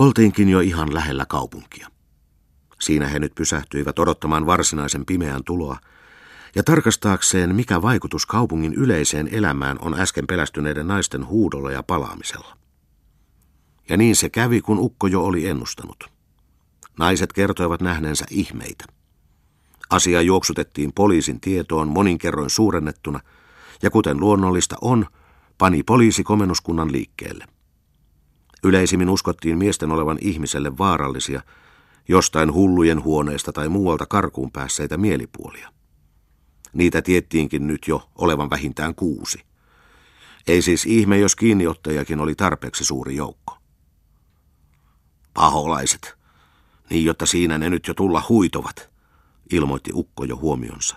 Oltiinkin jo ihan lähellä kaupunkia. Siinä he nyt pysähtyivät odottamaan varsinaisen pimeän tuloa ja tarkastaakseen, mikä vaikutus kaupungin yleiseen elämään on äsken pelästyneiden naisten huudolla ja palaamisella. Ja niin se kävi, kun ukko jo oli ennustanut. Naiset kertoivat nähneensä ihmeitä. Asia juoksutettiin poliisin tietoon monin kerroin suurennettuna, ja kuten luonnollista on, pani poliisi komennuskunnan liikkeelle. Yleisimmin uskottiin miesten olevan ihmiselle vaarallisia, jostain hullujen huoneesta tai muualta karkuun päässeitä mielipuolia. Niitä tiettiinkin nyt jo olevan vähintään 6. Ei siis ihme, jos kiinniottajakin oli tarpeeksi suuri joukko. Paholaiset, niin jotta siinä ne nyt jo tulla huitovat, ilmoitti ukko jo huomionsa.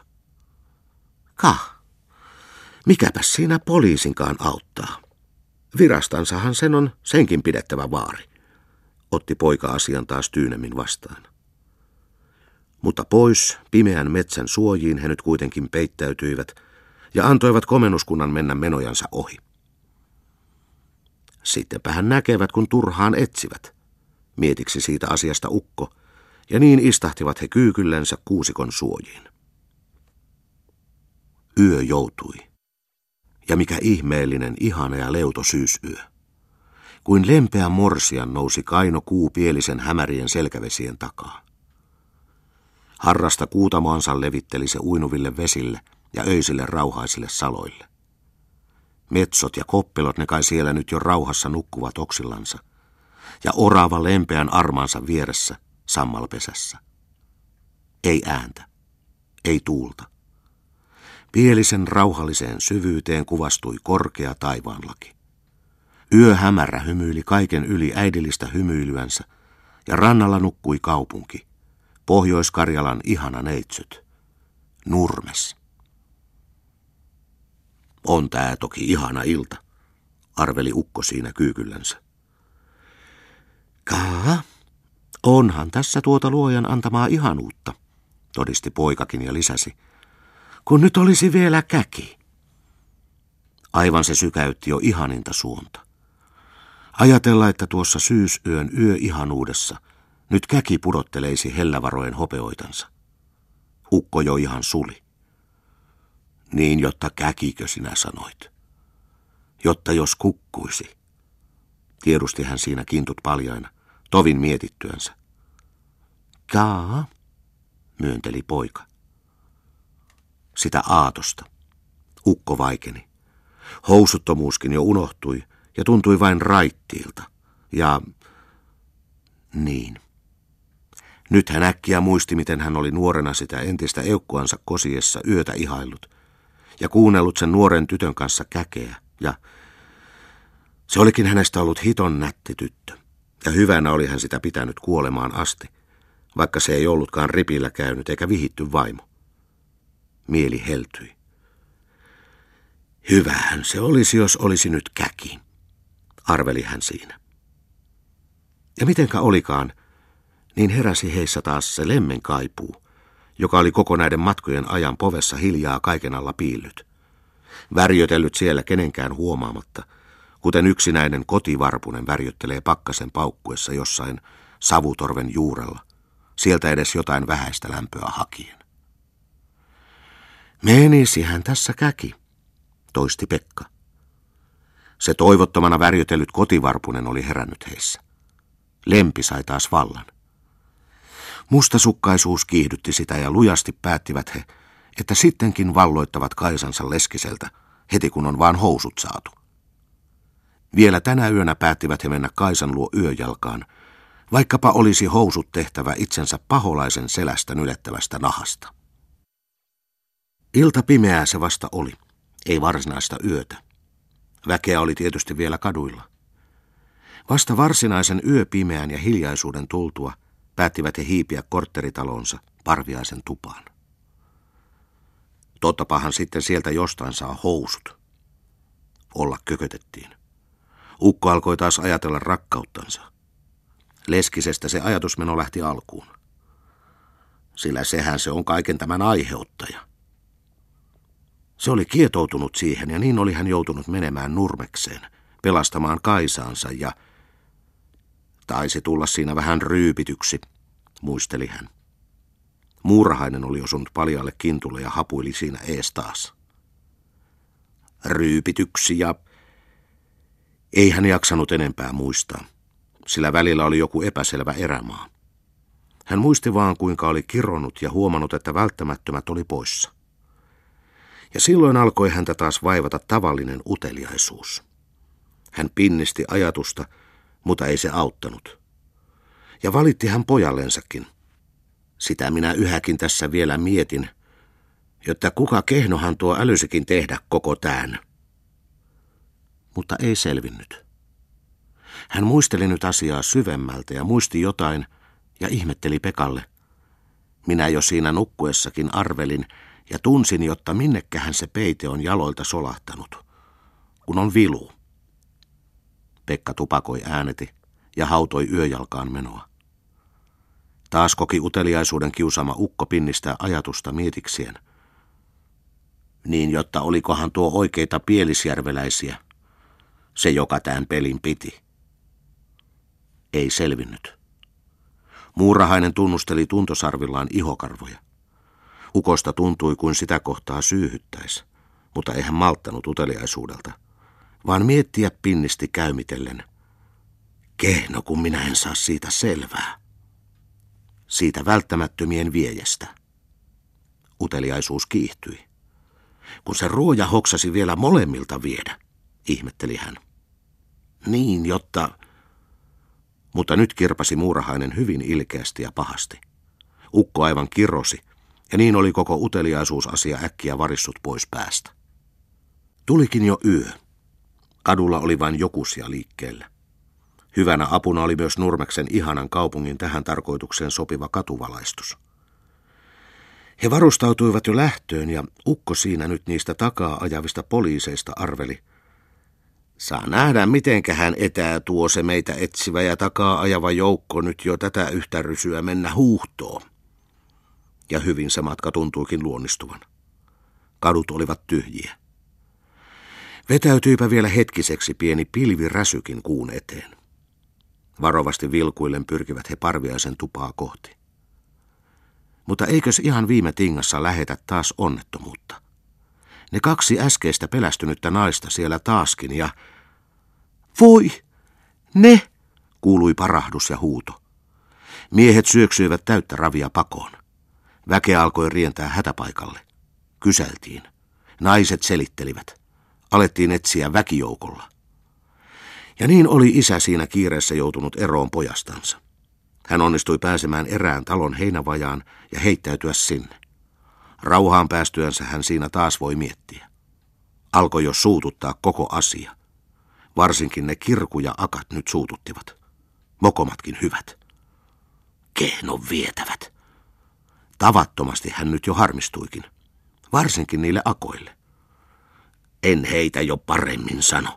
Mikäpäs siinä poliisinkaan auttaa? Virastansahan sen on senkin pidettävä vaari, otti poika asian taas tyynemmin vastaan. Mutta pois pimeän metsän suojiin he nyt kuitenkin peittäytyivät ja antoivat komennuskunnan mennä menojansa ohi. Sittenpähän näkevät, kun turhaan etsivät, mietiksi siitä asiasta ukko, ja niin istahtivat he kyykyllensä kuusikon suojiin. Yö joutui. Ja mikä ihmeellinen, ihana ja leuto syysyö. Kuin lempeä morsian nousi kaino kuu pielisen hämärien selkävesien takaa. Harrasta kuutamoansa levitteli se uinuville vesille ja öisille rauhaisille saloille. Metsot ja koppelot ne kai siellä nyt jo rauhassa nukkuvat oksillansa, ja orava lempeän armaansa vieressä sammalpesässä. Ei ääntä, ei tuulta. Pielisen rauhalliseen syvyyteen kuvastui korkea taivaanlaki. Yöhämärä hymyili kaiken yli äidillistä hymyilyänsä, ja rannalla nukkui kaupunki, Pohjois-Karjalan ihana neitsyt, Nurmes. On tää toki ihana ilta, arveli ukko siinä kyykyllänsä. Onhan tässä tuota luojan antamaa ihanuutta, todisti poikakin ja lisäsi. Kun nyt olisi vielä käki. Aivan se sykäytti jo ihaninta suonta. Ajatella, että tuossa syysyön yöihanuudessa nyt käki pudotteleisi hellävarojen hopeoitansa. Ukko jo ihan suli. Niin, jotta käkikö sinä sanoit? Jotta jos kukkuisi. Tiedusti hän siinä kintut paljaina, tovin mietittyänsä. Myönteli poika. Sitä aatosta. Ukko vaikeni. Housuttomuuskin jo unohtui ja tuntui vain raittiilta. Ja niin. Nyt hän äkkiä muisti, miten hän oli nuorena sitä entistä eukkuansa kosiessa yötä ihaillut ja kuunnellut sen nuoren tytön kanssa käkeä. Ja se olikin hänestä ollut hiton nätti tyttö. Ja hyvänä oli hän sitä pitänyt kuolemaan asti, vaikka se ei ollutkaan ripillä käynyt eikä vihitty vaimo. Mieli heltyi. Hyvähän se olisi, jos olisi nyt käki, arveli hän siinä. Ja mitenkä olikaan, niin heräsi heissä taas se lemmen kaipuu, joka oli koko näiden matkojen ajan povessa hiljaa kaiken alla piillyt. Värjötellyt siellä kenenkään huomaamatta, kuten yksinäinen kotivarpunen värjöttelee pakkasen paukkuessa jossain savutorven juurella, sieltä edes jotain vähäistä lämpöä hakien. Menisihän tässä käki, toisti Pekka. Se toivottomana värjötellyt kotivarpunen oli herännyt heissä. Lempi sai taas vallan. Mustasukkaisuus kiihdytti sitä ja lujasti päättivät he, että sittenkin valloittavat Kaisansa leskiseltä, heti kun on vaan housut saatu. Vielä tänä yönä päättivät he mennä Kaisan luo yöjalkaan, vaikkapa olisi housut tehtävä itsensä paholaisen selästä nylettävästä nahasta. Ilta pimeää se vasta oli, ei varsinaista yötä. Väkeä oli tietysti vielä kaduilla. Vasta varsinaisen yöpimeän ja hiljaisuuden tultua päättivät he hiipiä kortteritalonsa Parviaisen tupaan. Tottapahan sitten sieltä jostain saa housut. Olla kökötettiin. Ukko alkoi taas ajatella rakkauttansa. Leskisestä se ajatusmeno lähti alkuun. Sillä sehän se on kaiken tämän aiheuttaja. Se oli kietoutunut siihen ja niin oli hän joutunut menemään Nurmekseen, pelastamaan Kaisaansa ja Taisi tulla siinä vähän ryypityksi, muisteli hän. Muurahainen oli osunut paljalle kintulle ja hapuili siinä ees taas. Ryypityksi ja... Ei hän jaksanut enempää muistaa, sillä välillä oli joku epäselvä erämaa. Hän muisti vaan, kuinka oli kironnut ja huomannut, että välttämättömät oli poissa. Ja silloin alkoi häntä taas vaivata tavallinen uteliaisuus. Hän pinnisti ajatusta, mutta ei se auttanut. Ja valitti hän pojallensakin. Sitä minä yhäkin tässä vielä mietin, jotta kuka kehnohan tuo älysikin tehdä koko tään. Mutta ei selvinnyt. Hän muisteli nyt asiaa syvemmältä ja muisti jotain ja ihmetteli Pekalle. Minä jo siinä nukkuessakin arvelin ja tunsin, jotta minnekähän se peite on jaloilta solahtanut, kun on vilu. Pekka tupakoi ääneti ja hautoi yöjalkaan menoa. Taas koki uteliaisuuden kiusaama ukko pinnistää ajatusta mietikseen. Niin, jotta olikohan tuo oikeita pielisjärveläisiä, se joka tämän pelin piti. Ei selvinnyt. Muurahainen tunnusteli tuntosarvillaan ihokarvoja. Ukosta tuntui kuin sitä kohtaa syyhyttäisi, mutta eihän malttanut uteliaisuudelta, vaan miettiä pinnisti käymitellen. Kehno, kun minä en saa siitä selvää. Siitä välttämättömien viejestä. Uteliaisuus kiihtyi. Kun se ruoja hoksasi vielä molemmilta viedä, ihmetteli hän. Niin, jotta... Mutta nyt kirpasi Muurahainen hyvin ilkeästi ja pahasti. Ukko aivan kirosi, ja niin oli koko uteliaisuusasia äkkiä varissut pois päästä. Tulikin jo yö. Kadulla oli vain jokusia liikkeellä. Hyvänä apuna oli myös Nurmeksen ihanan kaupungin tähän tarkoitukseen sopiva katuvalaistus. He varustautuivat jo lähtöön ja ukko siinä nyt niistä takaa ajavista poliiseista arveli. Saa nähdä, mitenkähän etää tuo se meitä etsivä ja takaa ajava joukko nyt jo tätä yhtä rysyä mennä huuhtoon. Ja hyvin se matka tuntuikin luonnistuvan. Kadut olivat tyhjiä. Vetäytyipä vielä hetkiseksi pieni pilviräsykin kuun eteen. Varovasti vilkuillen pyrkivät he Parviaisen tupaa kohti. Mutta eikös ihan viime tingassa lähetä taas onnettomuutta? Ne kaksi äskeistä pelästynyttä naista siellä taaskin ja... Voi! Ne! Kuului parahdus ja huuto. Miehet syöksyivät täyttä ravia pakoon. Väkeä alkoi rientää hätäpaikalle. Kyseltiin. Naiset selittelivät. Alettiin etsiä väkijoukolla. Ja niin oli isä siinä kiireessä joutunut eroon pojastansa. Hän onnistui pääsemään erään talon heinävajaan ja heittäytyä sinne. Rauhaan päästyänsä hän siinä taas voi miettiä. Alkoi jo suututtaa koko asia. Varsinkin ne kirku ja akat nyt suututtivat. Mokomatkin hyvät. Kehnon vietävät. Tavattomasti hän nyt jo harmistuikin. Varsinkin niille akoille. En heitä jo paremmin sano.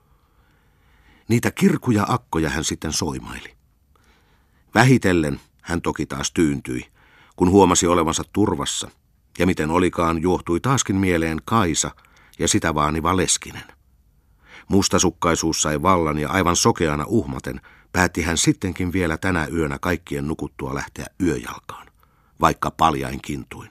Niitä kirkuja akkoja hän sitten soimaili. Vähitellen hän toki taas tyyntyi, kun huomasi olevansa turvassa, ja miten olikaan juohtui taaskin mieleen Kaisa ja sitä vaaniva Leskinen. Mustasukkaisuus sai vallan ja aivan sokeana uhmaten päätti hän sittenkin vielä tänä yönä kaikkien nukuttua lähteä yöjalkaan, vaikka paljain kintuin.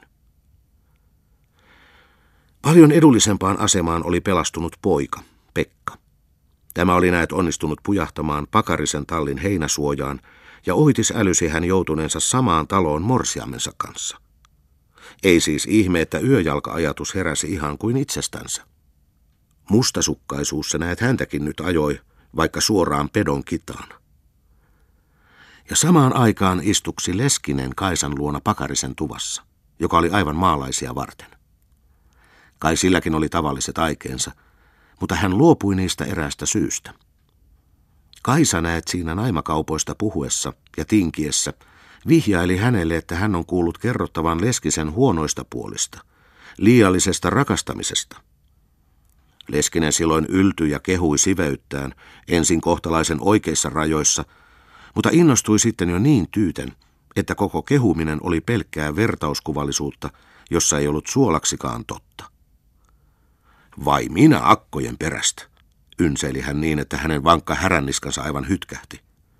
Paljon edullisempaan asemaan oli pelastunut poika, Pekka. Tämä oli näet onnistunut pujahtamaan Pakarisen tallin heinäsuojaan, ja oitis älysi hän joutuneensa samaan taloon morsiamensa kanssa. Ei siis ihme, että yöjalka-ajatus heräsi ihan kuin itsestänsä. Mustasukkaisuus se näet häntäkin nyt ajoi, vaikka suoraan pedon kitaan. Ja samaan aikaan istuksi Leskinen Kaisan luona Pakarisen tuvassa, joka oli aivan maalaisia varten. Kai silläkin oli tavalliset aikeensa, mutta hän luopui niistä eräästä syystä. Kaisa näet siinä naimakaupoista puhuessa ja tinkiessä vihjaili hänelle, että hän on kuullut kerrottavan Leskisen huonoista puolista, liiallisesta rakastamisesta. Leskinen silloin yltyi ja kehui siveyttään, ensin kohtalaisen oikeissa rajoissa, mutta innostui sitten jo niin tyyten, että koko kehuminen oli pelkkää vertauskuvallisuutta, jossa ei ollut suolaksikaan totta. Vai minä akkojen perästä, ynseili hän niin, että hänen vankka häränniskansa aivan hytkähti.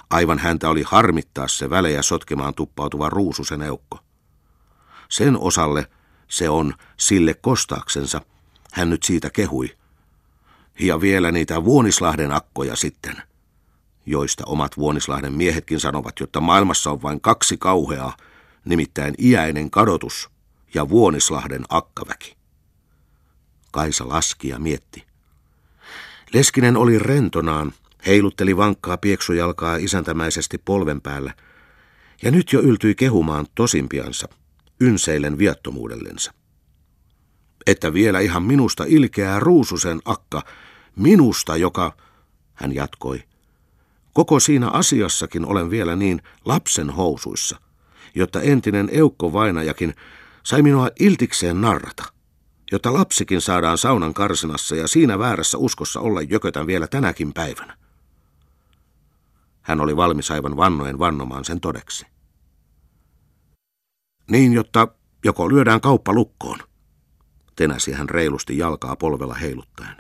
Aivan häntä oli harmittaa se välejä sotkemaan tuppautuva Ruususen eukko. Sen osalle se on sille kostaaksensa, hän nyt siitä kehui. Ja vielä niitä Vuonislahden akkoja sitten, joista omat Vuonislahden miehetkin sanovat, jotta maailmassa on vain kaksi kauheaa, nimittäin iäinen kadotus ja Vuonislahden akkaväki. Kaisa laski ja mietti. Leskinen oli rentonaan, heilutteli vankkaa pieksujalkaa isäntämäisesti polven päällä, ja nyt jo yltyi kehumaan tosimpiansa, ynseillen viattomuudellensa. Että vielä ihan minusta ilkeää Ruususen akka, minusta, joka, hän jatkoi, koko siinä asiassakin olen vielä niin lapsen housuissa, jotta entinen eukkovainajakin sai minua iltikseen narrata, jotta lapsikin saadaan saunan karsinassa ja siinä väärässä uskossa olla jökötän vielä tänäkin päivänä. Hän oli valmis aivan vannoen vannomaan sen todeksi. Niin, jotta joko lyödään kauppa lukkoon, tenäsi hän reilusti jalkaa polvella heiluttaen.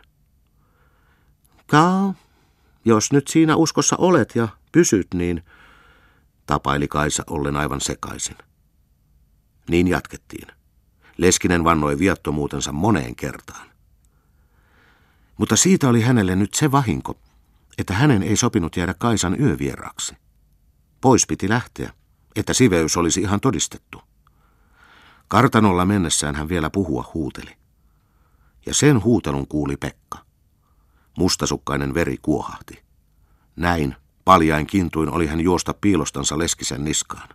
Jos nyt siinä uskossa olet ja pysyt, niin, tapaili Kaisa ollen aivan sekaisin. Niin jatkettiin. Leskinen vannoi viattomuutensa moneen kertaan. Mutta siitä oli hänelle nyt se vahinko, että hänen ei sopinut jäädä Kaisan yövieraaksi. Pois piti lähteä, että siveys olisi ihan todistettu. Kartanolla mennessään hän vielä puhua huuteli. Ja sen huutelun kuuli Pekka. Mustasukkainen veri kuohahti. Näin, paljain kintuin oli hän juosta piilostansa Leskisen niskaan.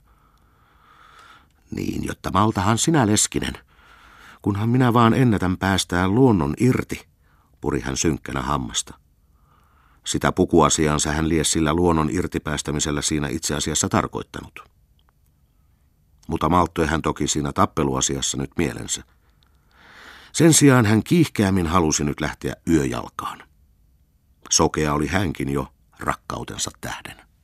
Niin, jotta maltahan sinä, Leskinen, kunhan minä vaan ennätän päästää luonnon irti, puri hän synkkänä hammasta. Sitä pukuasiaansa hän lies sillä luonnon irtipäästämisellä siinä itse asiassa tarkoittanut. Mutta malttoi hän toki siinä tappeluasiassa nyt mielensä. Sen sijaan hän kiihkeämmin halusi nyt lähteä yöjalkaan. Sokea oli hänkin jo rakkautensa tähden.